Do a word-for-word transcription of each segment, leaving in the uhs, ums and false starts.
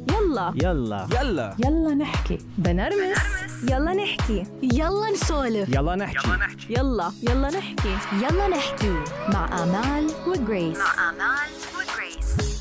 يلا يلا يلا يلا نحكي بنرمس. يلا نحكي يلا نسولف. يلا نحكي يلا يلا نحكي يلا نحكي مع آمال وغريس. مع آمال وغريس.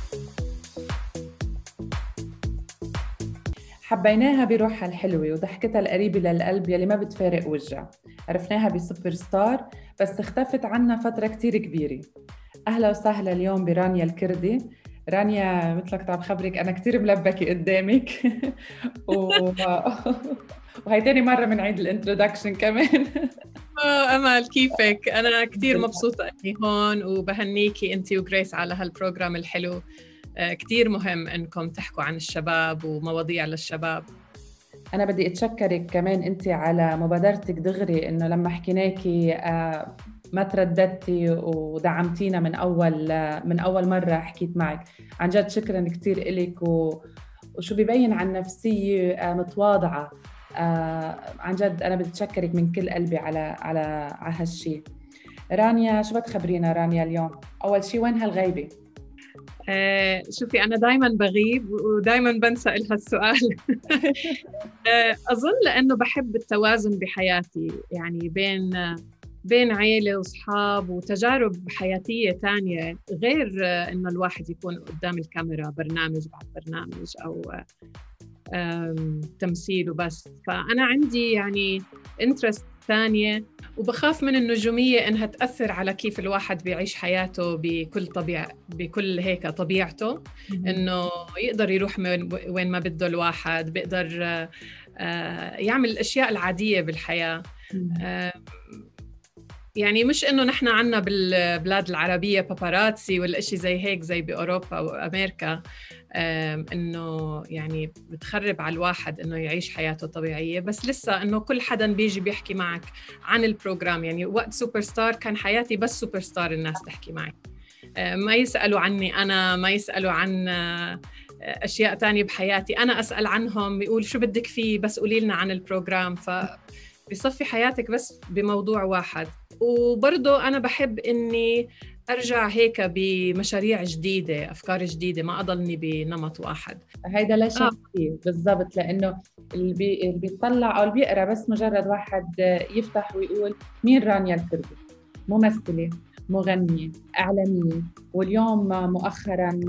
حبيناها بروحها الحلوة وضحكتها القريبة للقلب يلي ما بتفارق وجع. عرفناها بسوبر ستار بس اختفت عنا فترة كتير كبيرة. أهلا وسهلا اليوم برانيا الكردي. رانيا مثلك عم خبرك أنا كتير ملبكة قدامك و... وهي تاني مرة من عيد الانترودكشن كمان. آه أمال كيفك؟ أنا كتير مبسوطة أني هون وبهنيكي أنتي وغريس على هالبروجرام الحلو. آه كتير مهم أنكم تحكوا عن الشباب ومواضيع للشباب. أنا بدي أتشكرك كمان أنتي على مبادرتك دغري إنه لما حكيناكي آه ما ترددتي ودعمتينا من أول من أول مرة حكيت معك. عن جد شكراً كتير إليك و... وشو بيبين عن نفسية متواضعة. آه عن جد أنا بتشكرك من كل قلبي على على على هالشي. رانيا شو بتخبرينا رانيا اليوم؟ أول شي وين هالغيبة؟ آه شوفي أنا دايماً بغيب ودايماً بنسى إلها السؤال. آه أظن لأنه بحب التوازن بحياتي، يعني بين بين عيلة وصحاب وتجارب حياتية تانية غير إنه الواحد يكون قدام الكاميرا برنامج بعد برنامج أو تمثيل وبس. فأنا عندي يعني انترست ثانية وبخاف من النجومية إنها تأثر على كيف الواحد بيعيش حياته بكل طبيعة بكل هيك طبيعته، إنه يقدر يروح من وين ما بده الواحد، بيقدر يعمل الأشياء العادية بالحياة. يعني مش إنه نحن عنا بالبلاد العربية باباراتسي والأشي زي هيك زي بأوروبا وأمريكا، إنه يعني بتخرب على الواحد إنه يعيش حياته طبيعية. بس لسه إنه كل حدا بيجي بيحكي معك عن البروجرام. يعني وقت سوبر ستار كان حياتي بس سوبر ستار، الناس تحكي معي، ما يسألوا عني أنا، ما يسألوا عن أشياء تانية بحياتي، أنا أسأل عنهم، بيقول شو بدك فيه بس قولي لنا عن البروجرام. فبيصفي حياتك بس بموضوع واحد. وبرضو أنا بحب إني أرجع هيك بمشاريع جديدة، أفكار جديدة، ما أضلني بنمط واحد. هيدا لا شك فيه بالضبط، لأنه اللي, بي... اللي بيطلع أو اللي بيقرأ بس مجرد واحد يفتح ويقول مين رانيا الكردي؟ ممثلة، مغنية، إعلامية، واليوم مؤخراً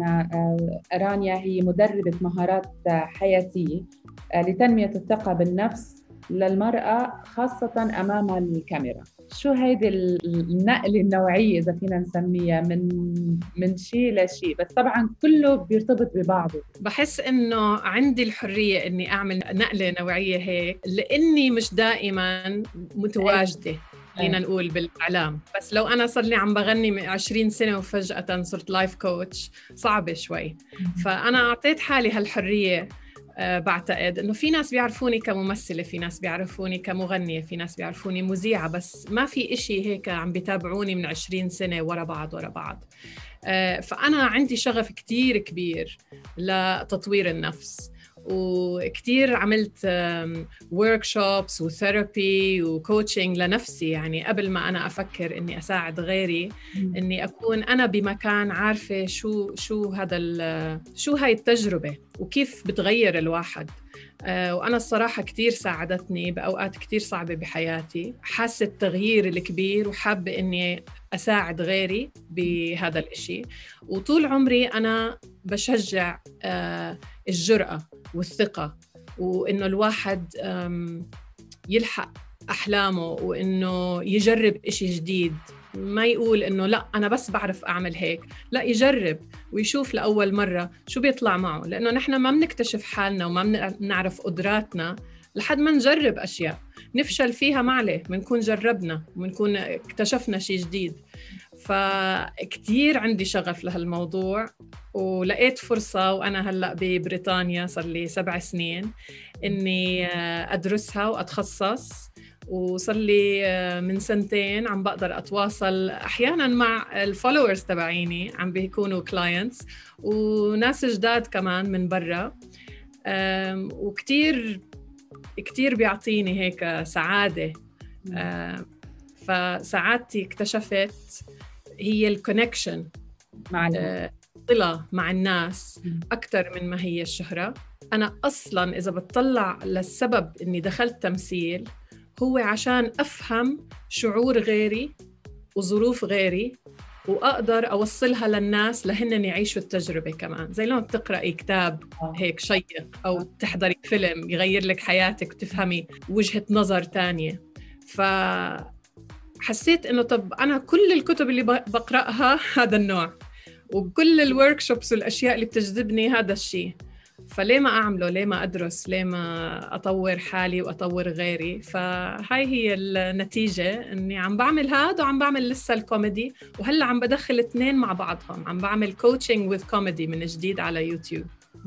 رانيا هي مدربة مهارات حياتية لتنمية الثقة بالنفس للمرأة خاصة أمام الكاميرا. شو هيدي النقلة النوعية إذا فينا نسميها من من شيء لشيء، بس طبعاً كله بيرتبط ببعضه. بحس إنه عندي الحرية إني أعمل نقلة نوعية هيك لأني مش دائماً متواجدة، خلينا نقول بالإعلام. بس لو أنا صار لي عم بغني من عشرين سنة وفجأة صرت لايف كوتش، صعبة شوي. فأنا أعطيت حالي هالحرية. أه بعتقد إنه في ناس بيعرفوني كممثلة، في ناس بيعرفوني كمغنية، في ناس بيعرفوني مذيعة، بس ما في إشي هيك عم بيتابعوني من عشرين سنة ورا بعض ورا بعض. أه فأنا عندي شغف كتير كبير لتطوير النفس، وكتير عملت workshops وثيرابي وكوتشنج لنفسي. يعني قبل ما أنا أفكر إني أساعد غيري، إني أكون أنا بمكان عارفة شو شو هذا شو هاي التجربة وكيف بتغير الواحد. آه وأنا الصراحة كتير ساعدتني بأوقات كتير صعبة بحياتي، حاسة التغيير الكبير وحابة إني أساعد غيري بهذا الإشي. وطول عمري أنا بشجع آه الجرأة والثقة، وإنه الواحد يلحق أحلامه، وإنه يجرب إشي جديد، ما يقول إنه لا أنا بس بعرف أعمل هيك، لا يجرب ويشوف لأول مرة شو بيطلع معه. لأنه نحن ما بنكتشف حالنا وما بنعرف قدراتنا لحد ما نجرب أشياء، نفشل فيها معلي بنكون جربنا وبنكون اكتشفنا شيء جديد. فكتير عندي شغف لهالموضوع، ولقيت فرصة وأنا هلأ ببريطانيا صار لي سبع سنين إني أدرسها وأتخصص. وصار لي من سنتين عم بقدر أتواصل أحياناً مع الفولورز تبعيني، عم بيكونوا كلاينتس وناس جداد كمان من برا. وكتير كتير بيعطيني هيك سعادة. فسعادتي اكتشفت هي الكونكشن مع الصلة مع الناس أكتر من ما هي الشهرة. أنا أصلاً إذا بتطلع للسبب إني دخلت تمثيل هو عشان أفهم شعور غيري وظروف غيري وأقدر أوصلها للناس لهن يعيشوا التجربة كمان. زي لما بتقرأي كتاب هيك شيق أو تحضري فيلم يغير لك حياتك وتفهمي وجهة نظر تانية. فحسيت إنه طب أنا كل الكتب اللي بقرأها هذا النوع، وكل الوركشوبس والأشياء اللي بتجذبني هذا الشيء، فليه ما أعمله؟ ليه ما أدرس؟ ليه ما أطور حالي وأطور غيري؟ فهاي هي النتيجة، إني عم بعمل هذا وعم بعمل لسه الكوميدي، وهلأ عم بدخل اثنين مع بعضهم، عم بعمل coaching with comedy من جديد على يوتيوب.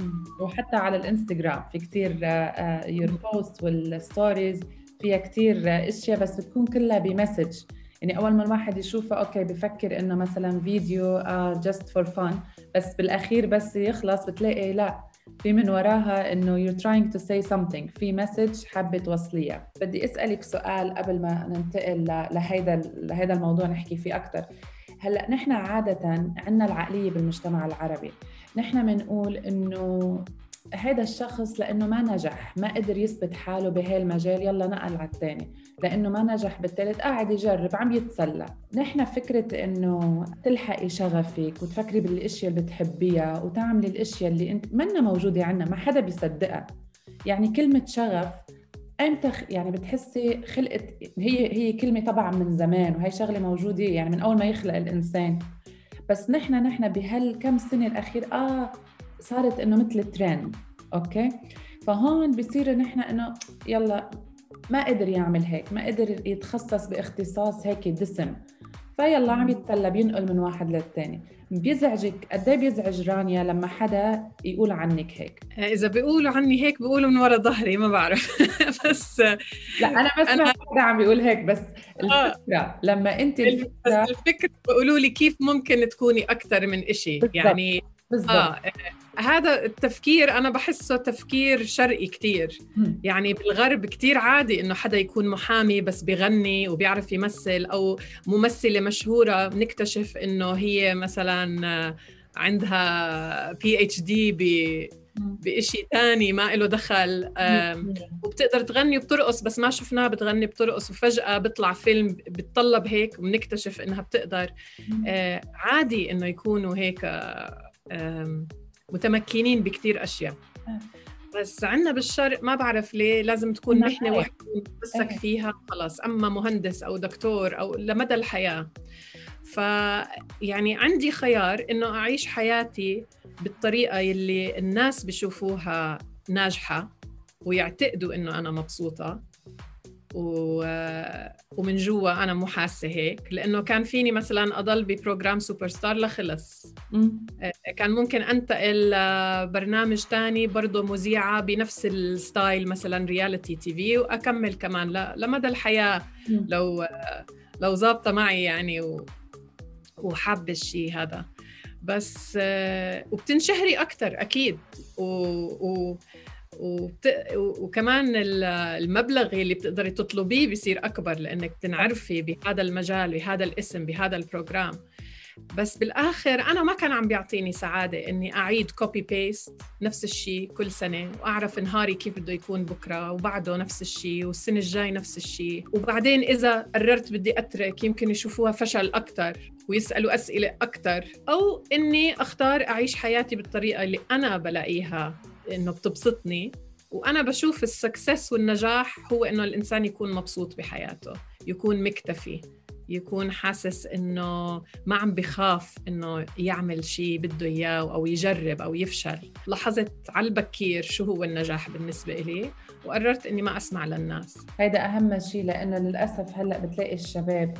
وحتى على الانستغرام في كتير your post والستوريز فيها كتير اشياء بس بتكون كلها بمسج. يعني أول ما الواحد يشوفه أوكي بفكر إنه مثلا فيديو uh, just for fun، بس بالأخير بس يخلص بتلاقي لا، في من وراها إنه you're trying to say something، في مسج حابة توصليها. بدي أسألك سؤال قبل ما ننتقل لهيدا لهيدا الموضوع نحكي فيه أكتر. هلأ نحن عادة عنا العقلية بالمجتمع العربي، نحن منقول إنه هذا الشخص لأنه ما نجح، ما قدر يثبت حاله بهالمجال، يلا نقل على الثاني، لأنه ما نجح بالثالث قاعد يجرب عم يتسلى. نحن فكرة إنه تلحقي شغفك وتفكري بالأشياء اللي بتحبيها وتعملي الأشياء اللي أنت منا موجودة عنا، ما حدا بيصدقها. يعني كلمة شغف أمتى يعني بتحسي خلقت، هي هي كلمة طبعا من زمان، وهي شغلة موجودة يعني من أول ما يخلق الإنسان، بس نحن نحن بهالكم سنة الأخير آه صارت إنه مثل ترند. أوكي، فهون بيصير نحن إنه يلا ما قدر يعمل هيك، ما قدر يتخصص باختصاص هيك دسم، فيلا عم يتسلى بينقل من واحد للتاني. بيزعجك قد ايه بيزعج رانيا لما حدا يقول عنك هيك؟ إذا بيقولوا عني هيك بيقولوا من وراء ظهري، ما بعرف. بس لا أنا بس أنا حدا عم بيقول هيك، بس الفكرة آه. لما أنت الفكرة بس الفكرة بيقولوا لي كيف ممكن تكوني أكتر من إشي بالزبط. يعني بالزبط. آه هذا التفكير أنا بحسه تفكير شرقي كتير. م. يعني بالغرب كتير عادي إنه حدا يكون محامي بس بيغني وبيعرف يمثل، أو ممثلة مشهورة نكتشف إنه هي مثلاً عندها بي اتش دي بإشي تاني ما إله دخل، وبتقدر تغني وبترقص بس ما شفناها بتغني بترقص، وفجأة بيطلع فيلم بتطلب هيك ونكتشف إنها بتقدر. آه عادي إنه يكونوا هيك آه متمكنين بكتير أشياء، بس عنا بالشرق ما بعرف ليه لازم تكون محنة واحدة بسك فيها خلاص، أما مهندس أو دكتور أو لمدى الحياة. فيعني عندي خيار إنه أعيش حياتي بالطريقة اللي الناس بيشوفوها ناجحة ويعتقدوا إنه أنا مبسوطة، و... ومن جوا أنا مو حاسة هيك، لأنه كان فيني مثلاً أضل ببروجرام سوبر ستار لخلص، كان ممكن أنتقل برنامج تاني برضو مذيعة بنفس الستايل مثلاً رياليتي تي في وأكمل كمان ل... لمدى الحياة لو لو زابطة معي يعني و... وحاب الشيء هذا. بس وبتنشهري أكتر أكيد، و... و... وبت... وكمان المبلغ اللي بتقدري تطلبيه بيصير أكبر لأنك تنعرفي بهذا المجال بهذا الاسم بهذا البروجرام. بس بالآخر أنا ما كان عم بيعطيني سعادة إني أعيد كوبي بيست نفس الشيء كل سنة، وأعرف نهاري كيف بده يكون بكرة وبعده نفس الشيء والسنة الجاي نفس الشيء، وبعدين إذا قررت بدي أترك يمكن يشوفوها فشل أكتر ويسألوا أسئلة أكتر، أو إني أختار أعيش حياتي بالطريقة اللي أنا بلاقيها إنه بتبسطني. وأنا بشوف السكسس والنجاح هو إنه الإنسان يكون مبسوط بحياته، يكون مكتفي، يكون حاسس إنه ما عم بخاف إنه يعمل شيء بده إياه أو يجرب أو يفشل. لاحظت على البكير شو هو النجاح بالنسبة إلي، وقررت إني ما أسمع للناس. هيدا أهم شيء، لأنه للأسف هلأ بتلاقي الشباب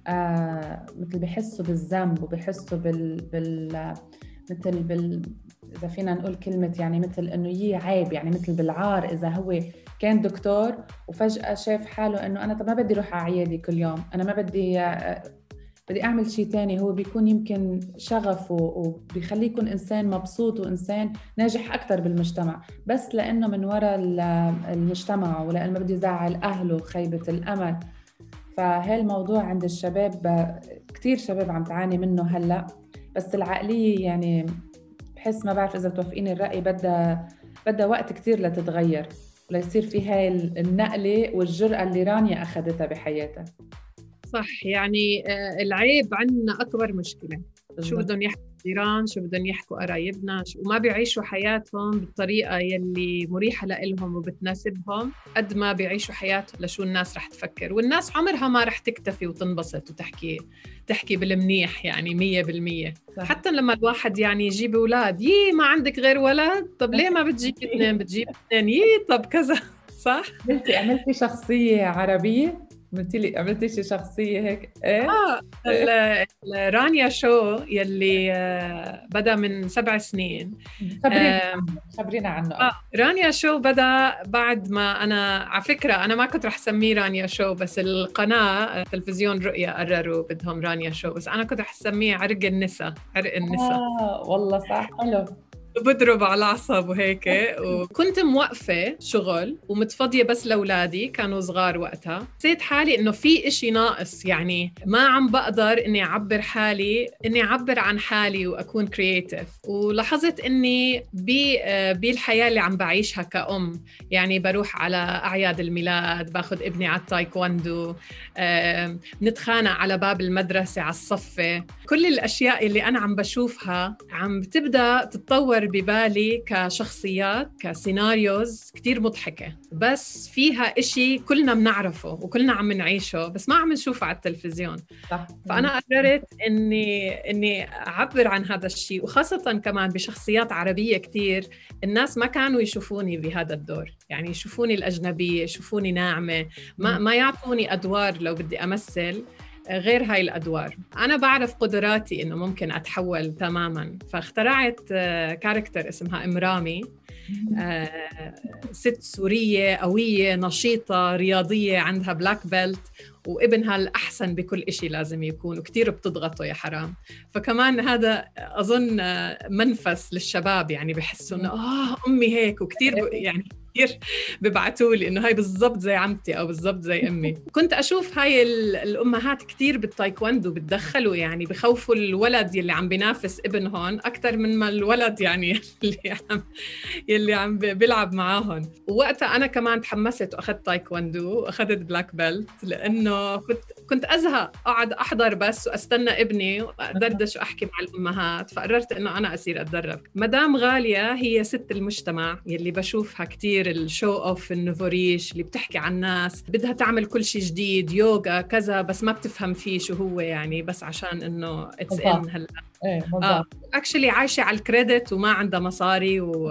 آه مثل بيحسوا بالذنب وبيحسوا بال, بال... مثل بال إذا فينا نقول كلمة يعني مثل إنه يي عيب، يعني مثل بالعار إذا هو كان دكتور وفجأة شاف حاله إنه أنا طب ما بدي أروح على عيادة كل يوم، أنا ما بدي بدي أعمل شيء تاني. هو بيكون يمكن شغفه وبيخليه يكون إنسان مبسوط وإنسان ناجح أكتر بالمجتمع، بس لأنه من وراء المجتمع ولأنه ما بدي يزعل أهله خيبة الأمل. فهالموضوع عند الشباب كتير شباب عم تعاني منه هلأ، بس العقلية يعني بحس ما بعرف إذا توافقيني الرأي بدها بدها وقت كتير لتتغير ليصير في هاي النقلة والجرأة اللي رانيا أخذتها بحياتها. صح، يعني العيب عندنا أكبر مشكلة شو بدهم يحكوا الجيران، شو بدهم يحكوا قرايبنا، وما بيعيشوا حياتهم بالطريقة يلي مريحة لإلهم وبتناسبهم قد ما بيعيشوا حياتهم لشو الناس رح تفكر. والناس عمرها ما رح تكتفي وتنبسط وتحكي تحكي بالمنيح يعني مية بالمية. حتى لما الواحد يعني يجيب أولاد، يي ما عندك غير ولد، طب ليه ما بتجيب اثنين؟ بتجيب اثنين، يي طب كذا. صح؟ عملتي عملتي شخصية عربية؟ عملتي لي عملتي شي شخصية هيك؟ ايه؟ اه رانيا شو يلي آه بدأ من سبع سنين. خبرينا آه خبرينا عنه. آه رانيا شو بدأ بعد ما أنا على فكرة أنا ما كنت رح سميه رانيا شو، بس القناة تلفزيون رؤيا قرروا بدهم رانيا شو، بس أنا كنت رح سميه عرق النساء. عرق النساء. آه والله صح، حلو. بضرب على العصب وهيك. وكنت موقفة شغل ومتفضية بس لأولادي كانوا صغار وقتها. حسيت حالي إنه في إشي ناقص، يعني ما عم بقدر إني أعبر حالي إني أعبر عن حالي وأكون كرياتيف. ولاحظت إني بالحياة اللي عم بعيشها كأم، يعني بروح على أعياد الميلاد، باخد ابني على التايكواندو، نتخانق على باب المدرسة على الصفة، كل الأشياء اللي أنا عم بشوفها عم بتبدأ تتطور ببالي كشخصيات كسيناريوز كتير مضحكة، بس فيها إشي كلنا بنعرفه وكلنا عم نعيشه بس ما عم نشوفه على التلفزيون. صح. فأنا قررت إني إني أعبر عن هذا الشيء، وخاصة كمان بشخصيات عربية كتير الناس ما كانوا يشوفوني بهذا الدور، يعني يشوفوني الأجنبية، يشوفوني ناعمة، ما ما يعطوني أدوار لو بدي أمثل غير هاي الأدوار. أنا بعرف قدراتي إنه ممكن أتحول تماماً، فاخترعت كاركتر اسمها إمرامي، ست سورية قوية نشيطة رياضية عندها بلاك بيلت، وابنها الأحسن بكل إشي لازم يكون، وكتير بتضغطه يا حرام. فكمان هذا أظن منفس للشباب، يعني بحسوا إنه آه أمي هيك، وكتير يعني كتير ببعتوا لي إنه هاي بالضبط زي عمتي أو بالضبط زي أمي. كنت أشوف هاي الأمهات كتير بالتايكواندو بتدخلوا، يعني بخوفوا الولد يلي عم بينافس ابنهم أكتر من ما الولد يعني اللي عم يلي عم بيلعب معاهم. ووقتها أنا كمان تحمست وأخذت تايكواندو وأخذت بلاك بيلت، لأنه كنت كنت أزهق أقعد أحضر بس وأستنى ابني وأدردش وأحكي مع الأمهات، فقررت إنه أنا أصير أتدرب. مدام غالية هي ست المجتمع يلي بشوفها كتير الشو أوف النفوريش اللي بتحكي عن الناس، بدها تعمل كل شيء جديد، يوغا كذا، بس ما بتفهم فيه شو هو، يعني بس عشان إنه اتس إن هلا آه اكشلي عايشة على الكريدت وما عندها مصاري و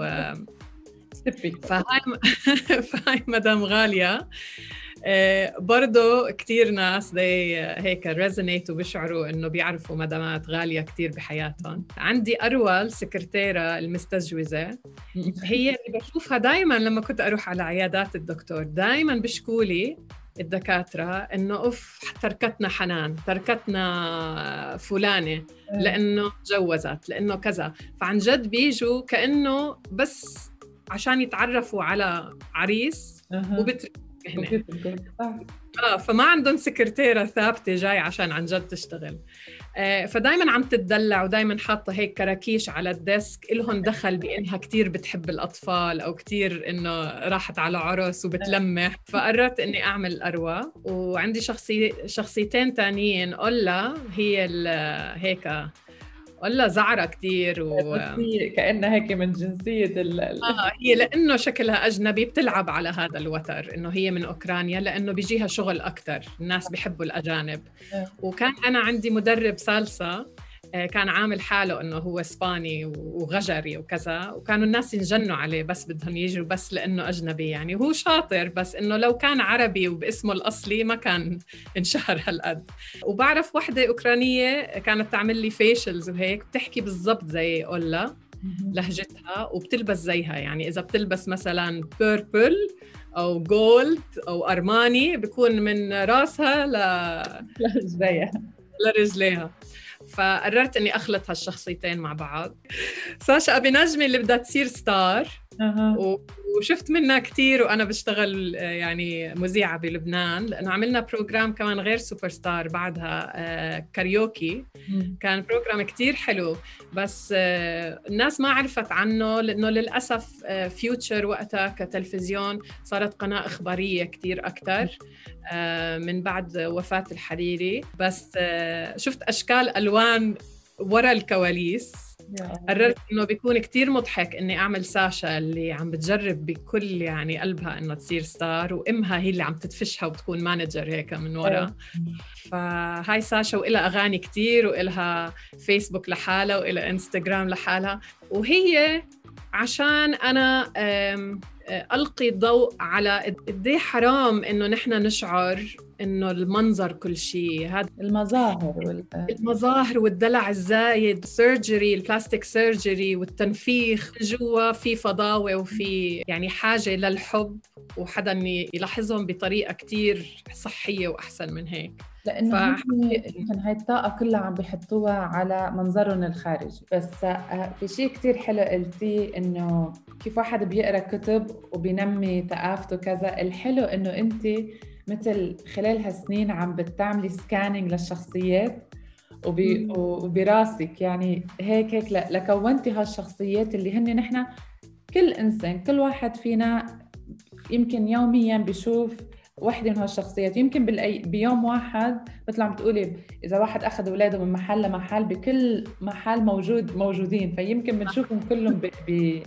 فهاي فهاي مدام غالية. آه برضو كتير ناس دي هيك ريزونيت وبيشعروا إنه بيعرفوا مدامات غالية كتير بحياتهم. عندي أروى سكرتيرة المستجوزة، هي اللي بشوفها دايماً لما كنت أروح على عيادات الدكتور، دايماً بشكولي الدكاترة إنه أوف تركتنا حنان، تركتنا فلانة لأنه تجوزت، لأنه كذا. فعن جد بيجوا كأنه بس عشان يتعرفوا على عريس وبتركوا هنا. آه فما عندهم سكرتيرة ثابتة جاي عشان عن جد تشتغل. آه فدايما عم تتدلع، ودايما حاطة هيك كراكيش على الديسك إلهم دخل بإنها كتير بتحب الأطفال أو كتير إنه راحت على عرس وبتلمح. فقررت إني أعمل أروى. وعندي شخصي شخصيتين تانيين، أولا هي هيك والله زعرة كتير و... كأنها هيك من جنسية ال... آه هي لأنه شكلها أجنبي بتلعب على هذا الوتر إنه هي من أوكرانيا، لأنه بيجيها شغل أكتر، الناس بيحبوا الأجانب. وكان أنا عندي مدرب سالسا كان عامل حاله إنه هو إسباني وغجري وكذا، وكانوا الناس ينجنوا عليه بس بدهم يجوا بس لأنه أجنبي، يعني هو شاطر بس إنه لو كان عربي وباسمه الأصلي ما كان انشهر هالقد. وبعرف واحدة أوكرانية كانت تعمل لي فيشلز وهيك، بتحكي بالضبط زي أولا لهجتها وبتلبس زيها، يعني إذا بتلبس مثلاً بيربل أو جولد أو أرماني بيكون من راسها ل... لرجليها لرجليها. فقررت إني أخلط هالشخصيتين مع بعض. ساشا أبي نجمي اللي بدها تصير ستار أها. وشفت منها كتير وأنا بشتغل يعني مذيعة بلبنان، لأنه عملنا بروجرام كمان غير سوبر ستار بعدها كاريوكي. كان بروجرام كتير حلو، بس الناس ما عرفت عنه لأنه للأسف فيوتشر وقتها كتلفزيون صارت قناة إخبارية كتير أكتر من بعد وفاة الحريري. بس شفت أشكال ألوان ورا الكواليس، قررت إنه بيكون كتير مضحك إني أعمل ساشا اللي عم بتجرب بكل يعني قلبها إنه تصير ستار، وإمها هي اللي عم تدفشها وتكون مانجر هيك من ورا. فهاي ساشا وإلها أغاني كتير وإلها فيسبوك لحالها وإلها إنستغرام لحالها، وهي عشان أنا ألقي الضوء على قديه حرام إنه نحن نشعر إنه المنظر كل شيء. هذا المظاهر وال... المظاهر والدلع الزايد، سيرجري، البلاستيك سيرجري والتنفيخ جوا، في فضاوة وفي يعني حاجة للحب، وحدا يلاحظهم بطريقة كتير صحية وأحسن من هيك. لأنه ف... يمكن هاي الطاقة كلها عم بيحطوها على منظرهم الخارجي. بس في شيء كتير حلو قلتي إنه كيف واحد بيقرأ كتب وبينمي ثقافته كذا. الحلو إنه أنت مثل خلال هالسنين عم بتعملي سكانينج للشخصيات وبي... وبراسك يعني هيك هيك لكونتي هالشخصيات اللي هن نحن كل إنسان كل واحد فينا يمكن يوميا بيشوف واحدة من هالشخصيات. يمكن بالأي... بيوم واحد مثل عم تقولي إذا واحد أخذ أولاده من محل لمحل بكل محل موجود موجودين، فيمكن بنشوفهم كلهم ب... ب...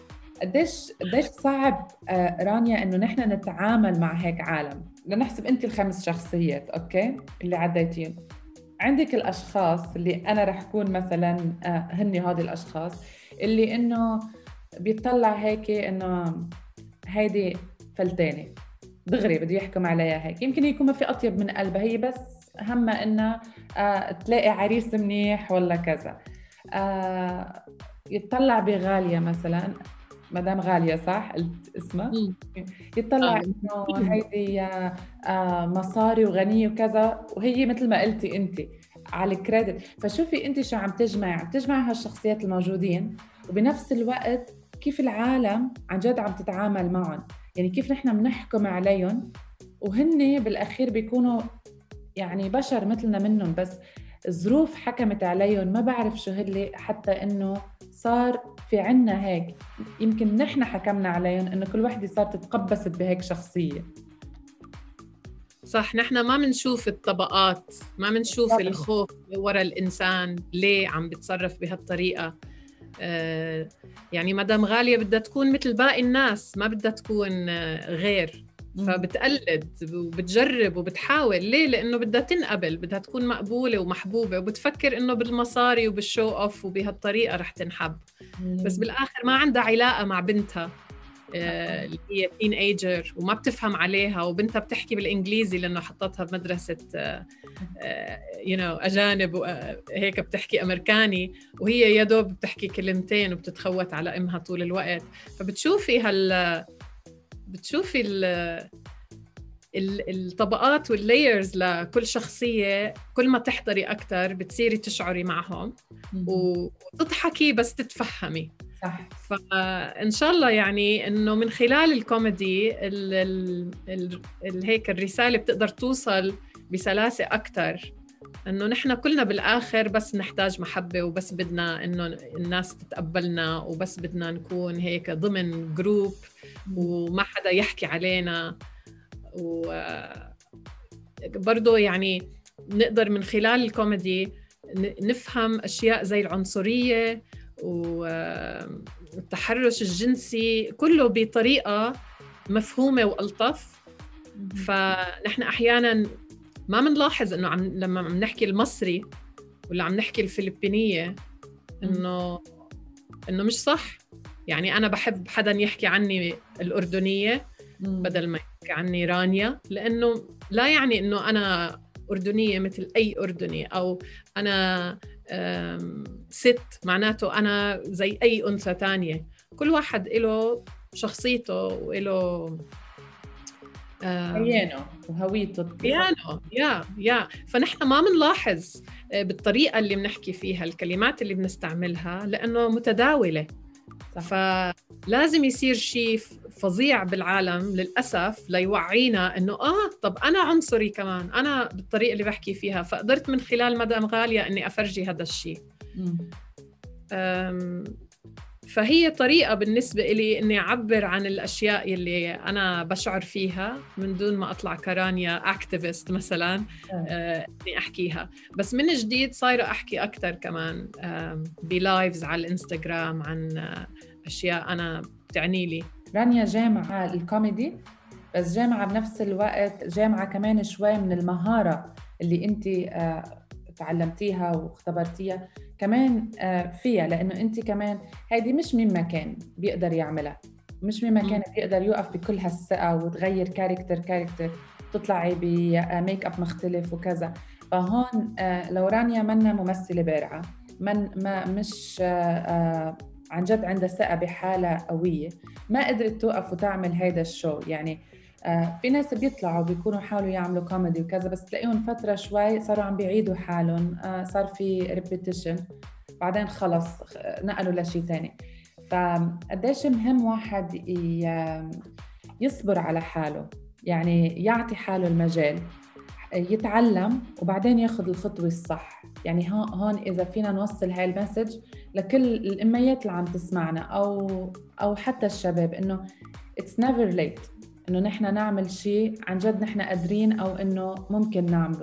قديش قديش صعب آه رانيا إنه نحن نتعامل مع هيك عالم. لنحسب أنت الخمس شخصيات أوكي اللي عديتين، عندك الأشخاص اللي أنا رح أكون مثلاً آه هني هذه الأشخاص اللي إنه بيطلع هيك إنه هيدي فلتانة دغري بده يحكم عليها هيك. يمكن يكون ما في أطيب من قلبها، هي بس همها إنها آه تلاقي عريس منيح ولا كذا. آه يتطلع بغالية مثلاً، مدام غالية صح اسمها، يطلع آه. إنه هيدي آه مصاري وغنية وكذا، وهي مثل ما قلتي أنت على الكريدت. فشوفي أنت شو عم تجمعي، عم تجمعي هالشخصيات الموجودين، وبنفس الوقت كيف العالم عن جد عم تتعامل معهم، يعني كيف نحن بنحكم عليهم وهن بالأخير بيكونوا يعني بشر مثلنا منهم، بس الظروف حكمت عليهم. ما بعرف شو هاللي حتى إنه صار في عنا هيك، يمكن نحن حكمنا عليهم إنه كل واحدة صارت تتقبست بهيك شخصية. صح، نحن ما منشوف الطبقات، ما منشوف طبعا الخوف ورا الإنسان ليه عم بتصرف بهالطريقة. آه يعني مدام غالية بدها تكون مثل باقي الناس، ما بدها تكون آه غير، فبتقلد وبتجرب وبتحاول. ليه؟ لأنه بدها تنقبل، بدها تكون مقبولة ومحبوبة، وبتفكر إنه بالمصاري وبالشو أوف وبهالطريقة رح تنحب. بس بالآخر ما عندها علاقة مع بنتها آه اللي هي تين ايجر وما بتفهم عليها، وبنتها بتحكي بالإنجليزي لأنه حطتها بمدرسة آه آه you know أجانب وهيك بتحكي أمريكاني، وهي يدوب بتحكي كلمتين وبتتخوت على أمها طول الوقت. فبتشوفي هال بتشوفي ال الطبقات واللايرز لكل شخصية. كل ما تحضري أكتر بتصيري تشعري معهم وتضحكي بس تتفهمي. صح. فإن شاء الله يعني إنه من خلال الكوميدي ال ال ال ال هيك الرسالة بتقدر توصل بسلاسة أكتر، إنه نحن كلنا بالآخر بس نحتاج محبة، وبس بدنا إنه الناس تتقبلنا، وبس بدنا نكون هيك ضمن جروب وما حدا يحكي علينا. وبرضو يعني نقدر من خلال الكوميدي نفهم أشياء زي العنصرية والتحرش الجنسي كله بطريقة مفهومة وألطف. فنحن أحياناً ما منلاحظ إنه عم لما عم نحكي المصري ولا عم نحكي الفلبينية إنه إنه مش صح. يعني أنا بحب حدا يحكي عني الأردنية بدل ما يحكي عني رانيا، لأنه لا يعني إنه أنا أردنية مثل أي أردني، أو أنا ست معناته أنا زي أي أنثى تانية. كل واحد إله شخصيته وإله كيانه وهويته كيانه يا يا فنحن ما منلاحظ بالطريقة اللي بنحكي فيها الكلمات اللي بنستعملها لأنه متداولة. صح. فلازم يصير شيء فظيع بالعالم للأسف ليوعينا إنه آه طب أنا عنصري كمان، أنا بالطريقة اللي بحكي فيها، فقدرت من خلال مدام غالية إني أفرجي هذا الشيء. فهي طريقة بالنسبة إلي إني أعبر عن الأشياء اللي أنا بشعر فيها من دون ما أطلع كرانيا أكتيفيست مثلاً آه، إني أحكيها. بس من جديد صايرة أحكي أكتر كمان آه، بلايفز على الإنستغرام عن آه، أشياء أنا بتعني لي. رانيا جامعة الكوميدي، بس جامعة بنفس الوقت جامعة كمان شوي من المهارة اللي أنت آه تعلمتيها واختبرتيها كمان فيها، لأنه أنت كمان هيدي مش من مكان بيقدر يعملها، مش من مكان بيقدر يوقف بكل هالثقة وتغير كاركتر كاركتر تطلعي بميك أب مختلف وكذا. فهون لو رانيا منا ممثلة بارعة، من ما مش عن جد عندها ثقة بحالة قوية، ما قدرت توقف وتعمل هيدا الشو. يعني آه في ناس بيطلعوا بيكونوا حاولوا يعملوا كوميدي وكذا، بس تلاقيهم فترة شوي صاروا عم بيعيدوا حالهم، آه صار في ريبيتيشن، بعدين خلص نقلوا لشيء تاني. فقديش مهم واحد يصبر على حاله، يعني يعطي حاله المجال يتعلم وبعدين ياخد الخطوة الصح. يعني هون إذا فينا نوصل هاي المسج لكل الأميات اللي عم تسمعنا أو أو حتى الشباب، إنه it's never late، إنه نحن نعمل شيء عن جد نحن قادرين أو إنه ممكن نعمله.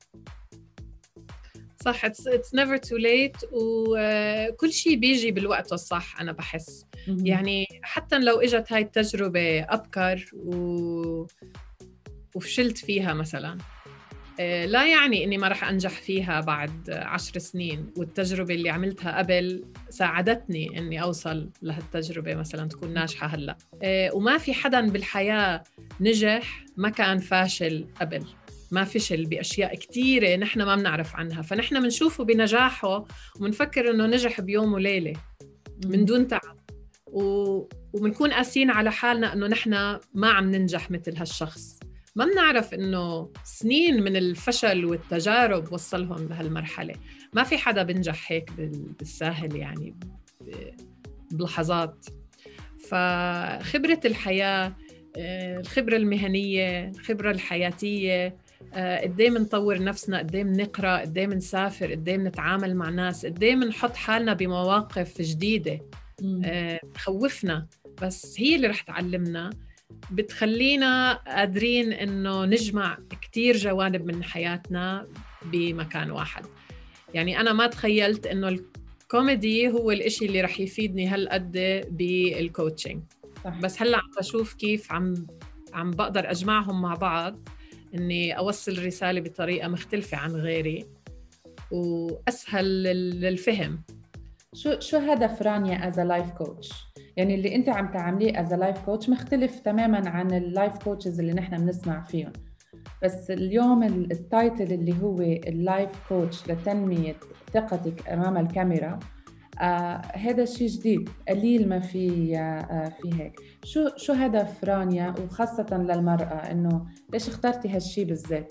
صح، it's, it's never too late، وكل شيء بيجي بالوقت الصح. أنا بحس يعني حتى لو إجت هاي التجربة أبكر و... وفشلت فيها مثلاً، لا يعني إني ما رح أنجح فيها بعد عشر سنين، والتجربة اللي عملتها قبل ساعدتني إني أوصل لهالتجربة مثلاً تكون ناجحة هلأ. وما في حداً بالحياة نجح ما كان فاشل قبل، ما فشل بأشياء كتيرة نحن ما بنعرف عنها، فنحن منشوفه بنجاحه ومنفكر إنه نجح بيوم وليلة من دون تعب، ومنكون قاسين على حالنا إنه نحن ما عم ننجح مثل هالشخص. ما بنعرف إنه سنين من الفشل والتجارب وصلهم لهالمرحلة. ما في حدا بنجح هيك بالساهل، يعني بلحظات. فخبرة الحياة، الخبرة المهنية، الخبرة الحياتية، قديه منطور نفسنا، قديه منقرأ، قديه منسافر، قديه منتعامل مع ناس، قديه منحط حالنا بمواقف جديدة خوفنا، بس هي اللي رح تعلمنا، بتخلينا قادرين إنه نجمع كتير جوانب من حياتنا بمكان واحد. يعني أنا ما تخيلت إنه الكوميدي هو الإشي اللي رح يفيدني هالقد بالكوتشنج، بس هلأ عم بشوف كيف عم عم بقدر أجمعهم مع بعض، إني أوصل رسالة بطريقة مختلفة عن غيري وأسهل للفهم. شو شو هدف رانيا as a life coach؟ يعني اللي أنت عم تعمليه as a life coach مختلف تماماً عن اللايف كوتشز اللي نحن بنسمع فيهم، بس اليوم التايتل اللي هو اللايف كوتش لتنمية ثقتك أمام الكاميرا، آه هذا شيء جديد قليل ما في آه في هيك. شو شو هدف رانيا وخاصة للمرأة، إنه ليش اخترتي هالشيء بالذات؟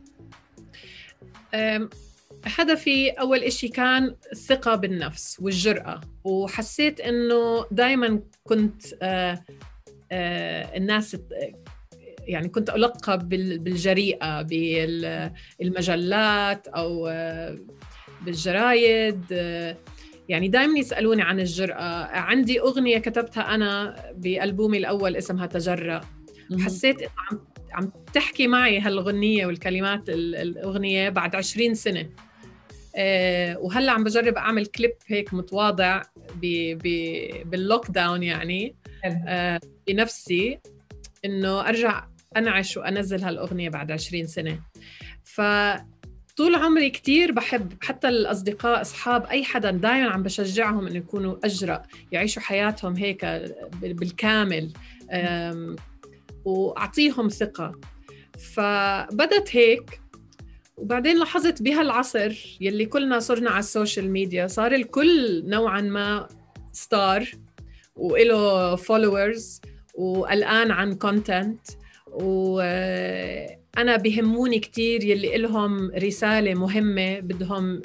هدفي أول إشي كان الثقة بالنفس والجرأة، وحسيت إنه دايماً كنت آه آه الناس يعني كنت ألقب بالجريئة بالمجلات أو آه بالجرايد، آه يعني دايماً يسألوني عن الجرأة. عندي أغنية كتبتها أنا بألبومي الأول اسمها تجرأ، حسيت إنه عم عم تحكي معي هالغنية والكلمات الأغنية بعد عشرين سنة. أه وهلأ عم بجرب أعمل كليب هيك متواضع باللوك داون، يعني أه بنفسي إنه أرجع أنعش وأنزل هالأغنية بعد عشرين سنة. فطول عمري كتير بحب حتى الأصدقاء أصحاب أي حدا دايما عم بشجعهم إنه يكونوا أجرأ، يعيشوا حياتهم هيك بالكامل وأعطيهم ثقة. فبدت هيك، وبعدين لاحظت بهالعصر يلي كلنا صرنا على السوشيال ميديا صار الكل نوعاً ما ستار وإله فولورز وقلقان عن كونتنت وأنا بيهموني كتير يلي إلهم رسالة مهمة بدهم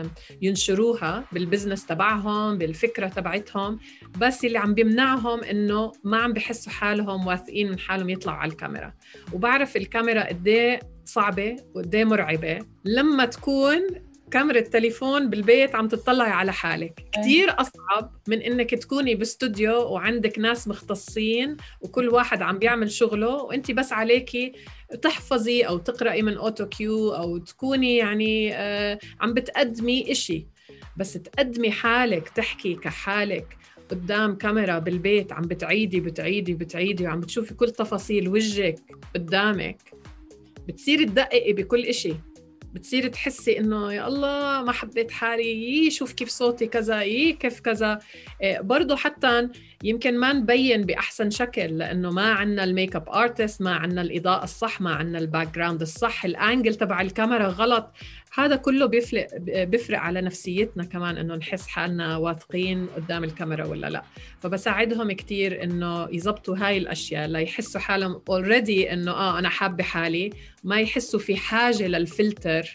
ينشروها بالبزنس تبعهم، بالفكرة تبعتهم، بس اللي عم بيمنعهم إنه ما عم بيحسوا حالهم واثقين من حالهم يطلعوا على الكاميرا. وبعرف الكاميرا قديه صعبة وقديه مرعبة لما تكون كاميرا التليفون بالبيت عم تطلعي على حالك. كتير أصعب من إنك تكوني باستوديو وعندك ناس مختصين وكل واحد عم بيعمل شغله وإنتي بس عليكي تحفظي أو تقرأي من أوتو كيو أو تكوني يعني آه عم بتقدمي إشي، بس تقدمي حالك تحكي كحالك قدام كاميرا بالبيت، عم بتعيدي بتعيدي بتعيدي وعم بتشوفي كل تفاصيل وجهك قدامك، بتصيري تدققي بكل إشي، بتصير تحسي إنه يا الله ما حبيت حالي، يشوف كيف صوتي كذا، يي كيف كذا. إيه برضو حتى يمكن ما نبين بأحسن شكل لأنه ما عنا الميك اب ارتست، ما عنا الإضاءة الصح، ما عنا الباك جراوند الصح، الانجل تبع الكاميرا غلط. هذا كله بيفرق بيفرق على نفسيتنا كمان، إنه نحس حالنا واثقين قدام الكاميرا ولا لا. فبساعدهم كتير إنه يزبطوا هاي الأشياء لا يحسوا حالهم already إنه آه أنا حابة حالي، ما يحسوا في حاجة للفلتر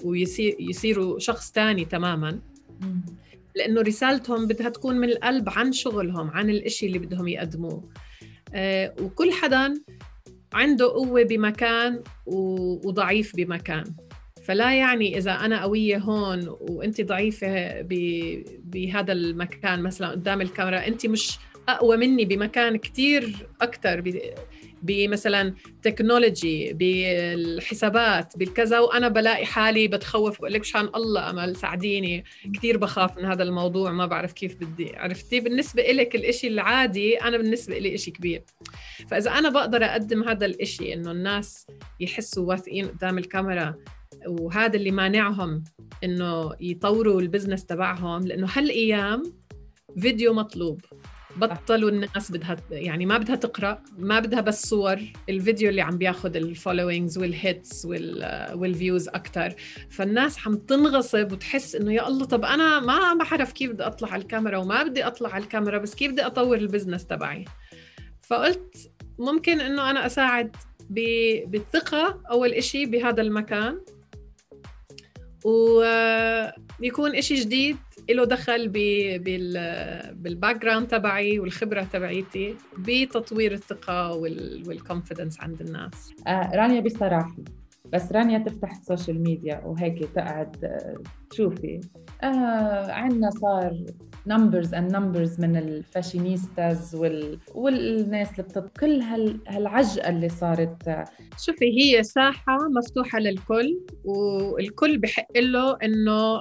ويصيروا شخص تاني تماماً. لأنه رسالتهم بدها تكون من القلب عن شغلهم، عن الإشي اللي بدهم يقدموه. آه وكل حدا عنده قوة بمكان وضعيف بمكان، فلا يعني إذا أنا قوية هون وأنت ضعيفة بهذا المكان مثلا قدام الكاميرا، أنت مش أقوى مني بمكان كتير أكتر، بمثلا تكنولوجي، بالحسابات، بالكذا، وأنا بلاقي حالي بتخوف بقول لك شان الله أمل ساعديني، كتير بخاف من هذا الموضوع، ما بعرف كيف بدي. عرفتي؟ بالنسبة إلك الإشي العادي، أنا بالنسبة إلي إشي كبير. فإذا أنا بقدر أقدم هذا الإشي إنه الناس يحسوا واثقين قدام الكاميرا، وهذا اللي مانعهم إنه يطوروا البزنس تبعهم، لأنه هالأيام فيديو مطلوب، بطلوا الناس بدها يعني ما بدها تقرأ، ما بدها بس صور، الفيديو اللي عم بياخد الفولوينجز والهيتس والفيوز أكتر. فالناس عم تنغصب وتحس إنه يا الله طب أنا ما بعرف كيف بدي أطلع على الكاميرا وما بدي أطلع على الكاميرا، بس كيف بدي أطور البزنس تبعي. فقلت ممكن إنه أنا أساعد بالثقة أول إشي بهذا المكان، ويكون إشي جديد له دخل بالباك جراوند تبعي والخبرة تبعيتي بتطوير الثقة والكونفيدنس عند الناس. آه رانيا بصراحة بس رانيا تفتح السوشيال ميديا وهيك تقعد آه تشوفي آه عنا صار numbers and numbers من الفاشينيستاز وال... والناس اللي بتط... كل هال... هالعجقة اللي صارت. شوفي هي ساحة مفتوحة للكل، والكل بحق له إنه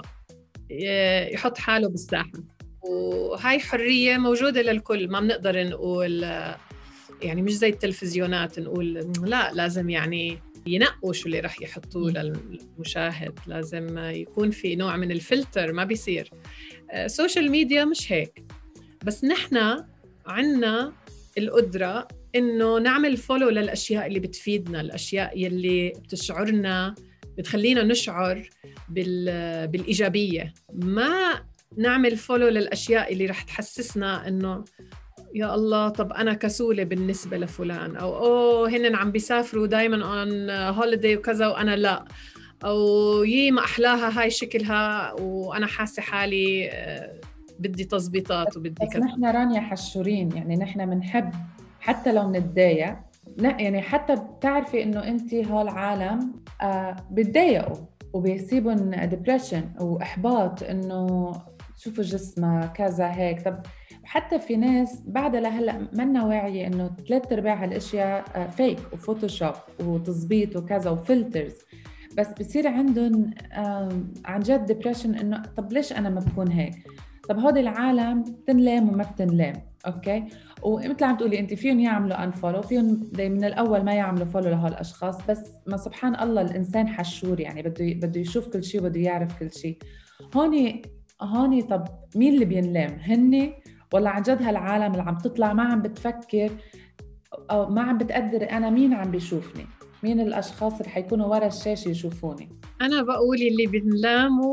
يحط حاله بالساحة، وهاي حرية موجودة للكل. ما بنقدر نقول يعني مش زي التلفزيونات نقول لا لازم يعني ينقوا شو اللي رح يحطوه للمشاهد، لازم يكون في نوع من الفلتر، ما بيصير. سوشيال ميديا مش هيك، بس نحنا عنا القدرة إنه نعمل فولو للأشياء اللي بتفيدنا، الأشياء يلي بتشعرنا، بتخلينا نشعر بالإيجابية. ما نعمل فولو للأشياء اللي رح تحسسنا إنه يا الله طب أنا كسولة بالنسبة لفلان، أو أوه هن عم بيسافروا دايماً on holiday وكذا وأنا لا، أو يي ما أحلاها هاي شكلها وأنا حاسة حالي بدي تظبيطات وبدي كذا. بس نحن رانيا حشورين، يعني نحن منحب حتى لو نتضايق، لا يعني حتى بتعرفي إنه أنتي هالعالم آه بتضايقوا وبيسيبون ديبريشن وإحباط، إنه شوفوا جسمها كذا هيك. طب حتى في ناس بعد لهلا منا واعية إنه ثلاث أرباع هالأشياء فيك وفوتوشوب وتظبيط وكذا وفلترز، بس بصير عندهم عن جد ديبريشن إنه طب ليش أنا ما بكون هيك؟ طب هودي العالم تنلام وما بتنلام، أوكي؟ ومثل عم تقولي أنت فيهم يعملوا أنفولو، فيهم من الأول ما يعملوا فولو لهالأشخاص، بس ما سبحان الله الإنسان حشور، يعني بده بده يشوف كل شيء وبده يعرف كل شيء. هوني هوني طب مين اللي بينلام؟ هني ولا عن جد هالعالم اللي عم تطلع ما عم بتفكر أو ما عم بتقدر أنا مين عم بيشوفني؟ مين الأشخاص اللي حيكونوا ورا الشاشة يشوفوني؟ أنا بقول اللي بينلاموا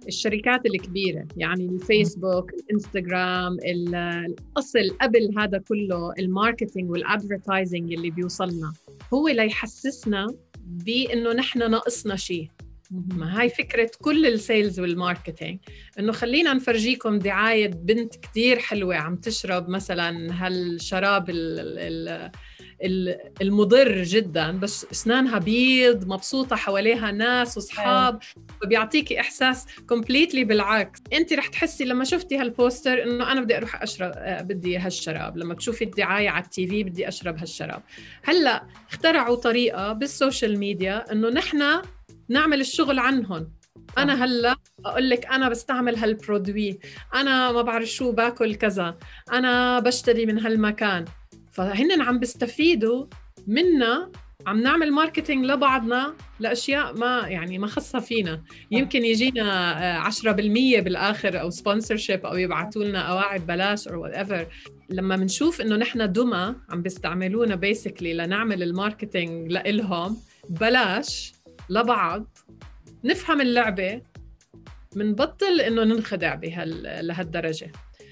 الشركات الكبيرة، يعني الفيسبوك، الانستغرام، الأصل قبل هذا كله الماركتينج والادفيرتايزنج اللي بيوصلنا هو ليحسسنا بأنه نحن ناقصنا شيء. ما هاي فكرة كل السيلز والماركتينج، إنه خلينا نفرجيكم دعاية بنت كتير حلوة عم تشرب مثلا هالشراب ال ال المضر جدا، بس اسنانها بيض، مبسوطة حواليها ناس وصحاب، فبيعطيكي إحساس كومبليتلي بالعكس. أنت رح تحسي لما شفتي هالبوستر إنه أنا بدي أروح أشرب، بدي هالشراب. لما تشوفي الدعاية على التي في بدي أشرب هالشراب. هلأ اخترعوا طريقة بالسوشيال ميديا إنه نحن نعمل الشغل عنهم. أنا هلأ أقول لك أنا بستعمل هالبرودوي، أنا ما بعرف شو باكل كذا، أنا بشتري من هالمكان. فهن عم بيستفيدوا منا، عم نعمل ماركتينج لبعضنا لأشياء ما يعني ما خصها فينا. يمكن يجينا عشرة بالمية بالآخر أو سبونسرشيب أو يبعتوا لنا قواعد بلاش أو whatever. لما منشوف إنه نحن دمى عم بيستعملونا بيسكلي لنعمل الماركتينج لإلهم بلاش لبعض، نفهم اللعبة، منبطل إنه ننخدع بهال لهالدرجة.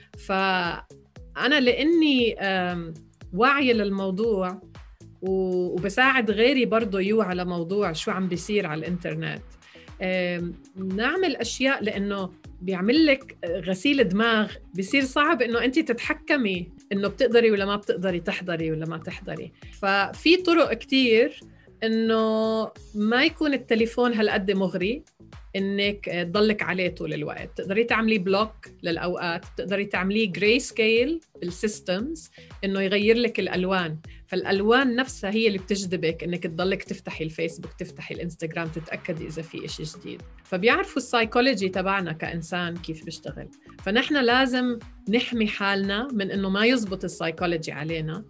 فأنا لأني واعية للموضوع وبساعد غيري برضو يوعى لموضوع شو عم بيصير على الإنترنت، نعمل أشياء لأنه بيعمل لك غسيل دماغ. بيصير صعب إنه أنت تتحكمي إنه بتقدري ولا ما بتقدري، تحضري ولا ما تحضري. ففي طرق كتير إنه ما يكون التليفون هالقد مغري إنك تضلك عليه طول الوقت. تقدري تعملي بلوك للأوقات، تقدري تعمليه جراي سكيل بالسيستمز إنه يغير لك الألوان. فالألوان نفسها هي اللي بتجذبك إنك تضلك تفتحي الفيسبوك، تفتحي الإنستغرام، تتأكدي إذا في إشي جديد. فبيعرفوا السايكولوجي تبعنا كإنسان كيف بيشتغل. فنحن لازم نحمي حالنا من إنه ما يزبط السايكولوجي علينا،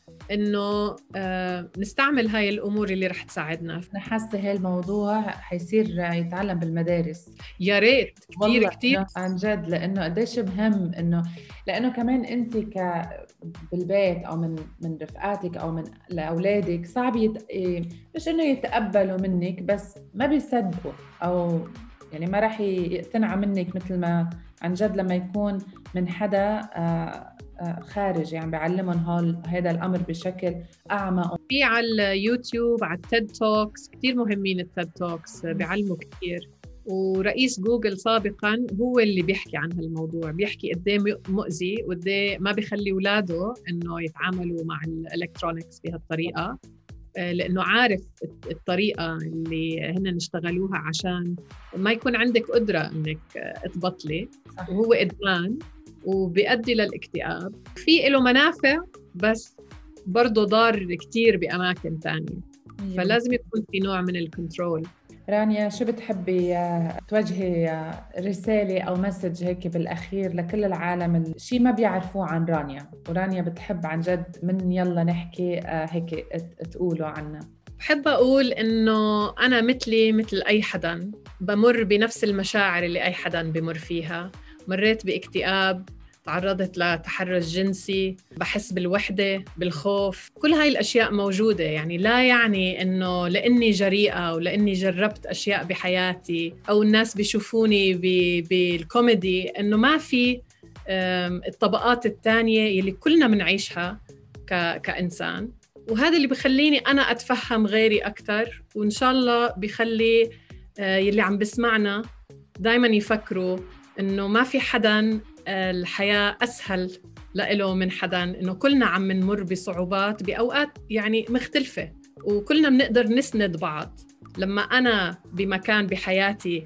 إنه آه نستعمل هاي الأمور اللي رح تساعدنا. أنا حاسة هاي الموضوع حيصير يتعلم بالمدارس. يا ريت كتير كتير عن جد، لأنه قديش مهم إنه لأنه كمان أنت ك بالبيت أو من من رفقاتك أو من لأولادك صعب يت... مش إنه يتقبلوا منك، بس ما بيصدقوا أو يعني ما راح يقتنعوا منك مثل ما عن جد لما يكون من حدا آه خارج يعني بيعلمهم هذا الأمر بشكل أعمق. في على اليوتيوب، على التيد توكس، كتير مهمين التيد توكس، بيعلموا كتير. ورئيس جوجل سابقاً هو اللي بيحكي عن هالموضوع، بيحكي قديه مؤذي وقديه ما بيخلي أولاده إنه يتعاملوا مع الإلكترونيكس بهالطريقة، لأنه عارف الطريقة اللي هن اشتغلوها عشان ما يكون عندك قدرة إنك تبطلي. وهو إدمان وبيؤدي للاكتئاب. في له منافع بس برضه ضار كتير بأماكن تانية. فلازم يكون في نوع من الكنترول. رانيا، شو بتحبي توجهي رسالة أو مسج هيك بالأخير لكل العالم الشي ما بيعرفوه عن رانيا، ورانيا بتحب عن جد من يلا نحكي هيك تقولوا عنها؟ بحب أقول إنه أنا مثلي مثل أي حدا، بمر بنفس المشاعر اللي أي حدا بمر فيها. مريت باكتئاب، تعرضت لتحرش جنسي، بحس بالوحدة، بالخوف، كل هاي الأشياء موجودة. يعني لا يعني إنه لأني جريئة ولأني جربت أشياء بحياتي أو الناس بيشوفوني بالكوميدي إنه ما في الطبقات التانية يلي كلنا منعيشها كإنسان. وهذا اللي بخليني أنا أتفهم غيري أكتر، وإن شاء الله بيخلي يلي عم بسمعنا دايماً يفكروا إنه ما في حداً الحياة أسهل لإله من حداً، إنه كلنا عم نمر بصعوبات بأوقات يعني مختلفة، وكلنا بنقدر نسند بعض. لما أنا بمكان بحياتي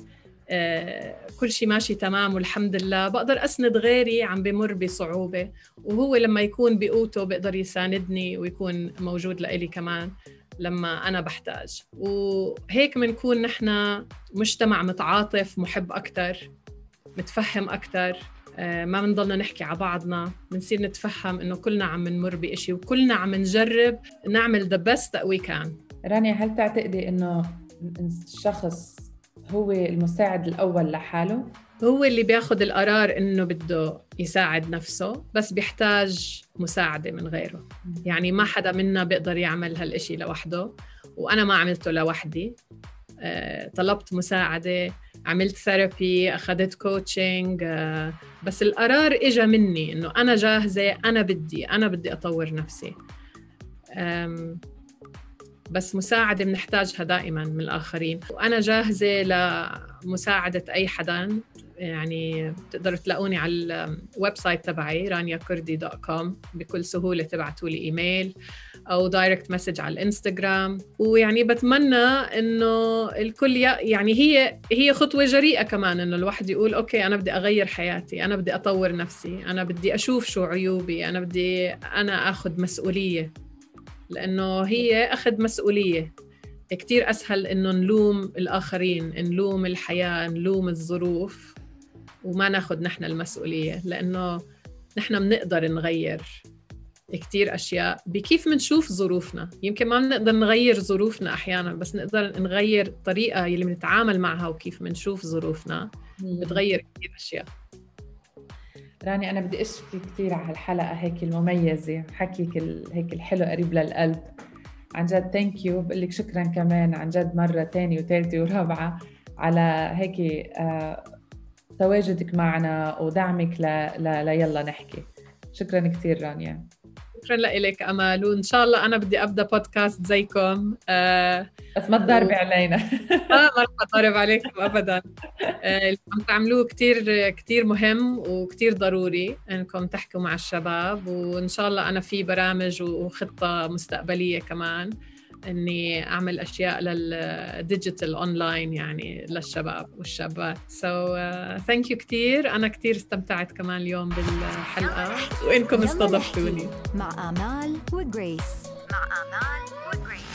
كل شيء ماشي تمام والحمد لله، بقدر أسند غيري عم بمر بصعوبة، وهو لما يكون بقوته بقدر يساندني ويكون موجود لإلي كمان لما أنا بحتاج. وهيك منكون نحن مجتمع متعاطف، محب أكتر، متفهم أكتر، ما بنضلنا نحكي على بعضنا، بنصير نتفهم إنه كلنا عم نمر بإشي وكلنا عم نجرب نعمل the best that we can. رانيا، هل تعتقدي إنه الشخص هو المساعد الأول لحاله؟ هو اللي بياخد القرار إنه بده يساعد نفسه، بس بيحتاج مساعدة من غيره. يعني ما حدا منا بيقدر يعمل هالإشي لوحده، وأنا ما عملته لوحدي. طلبت مساعدة عملت ثيرابي، أخذت كوتشنج، بس القرار إجا مني إنه أنا جاهزة، أنا بدي أنا بدي أطور نفسي. بس مساعدة بنحتاجها دائما من الآخرين، وأنا جاهزة لمساعدة أي حدا. يعني بتقدروا تلاقوني على الويب سايت تبعي رانيا كردي دوت كوم، بكل سهولة تبعتوا لي إيميل أو دايركت مسج على الإنستغرام. ويعني بتمنى إنه الكل يعني هي هي خطوة جريئة كمان، إنه الواحد يقول أوكي أنا بدي أغير حياتي، أنا بدي أطور نفسي، أنا بدي أشوف شو عيوبي، أنا بدي أنا أخذ مسؤولية. لأنه هي أخذ مسؤولية. كتير أسهل إنه نلوم الآخرين، نلوم الحياة، نلوم الظروف، وما ناخد نحن المسؤولية، لأنه نحن بنقدر نغير كتير أشياء بكيف منشوف ظروفنا. يمكن ما بنقدر نغير ظروفنا أحياناً، بس نقدر نغير الطريقة اللي بنتعامل معها وكيف منشوف ظروفنا، بتغير كتير أشياء. راني أنا بدي أشكرك كتير على الحلقة هيك المميزة، حكيك هيك الحلو قريب للقلب. عن جد ثانك يو، بقول لك شكرا كمان عن جد مرة تانية وثالثة ورابعة على هيك آه تواجدك معنا ودعمك ل... ل... ليلا نحكي. شكرا كتير رانيا. شكرا لك أمال، وإن شاء الله أنا بدي أبدأ بودكاست زيكم. آه بس ما تضربي و... علينا. آه ما رح أضرب عليكم أبداً. آه اللي عم تعملوه كتير كتير مهم وكتير ضروري إنكم تحكوا مع الشباب، وإن شاء الله أنا في برامج وخطة مستقبلية كمان إني أعمل أشياء للديجيتال أونلاين يعني للشباب والشابات. so uh, thank you كتير. أنا كتير استمتعت كمان اليوم بالحلقة وإنكم استضفتوني. مع آمال وغريس. مع آمال وغريس.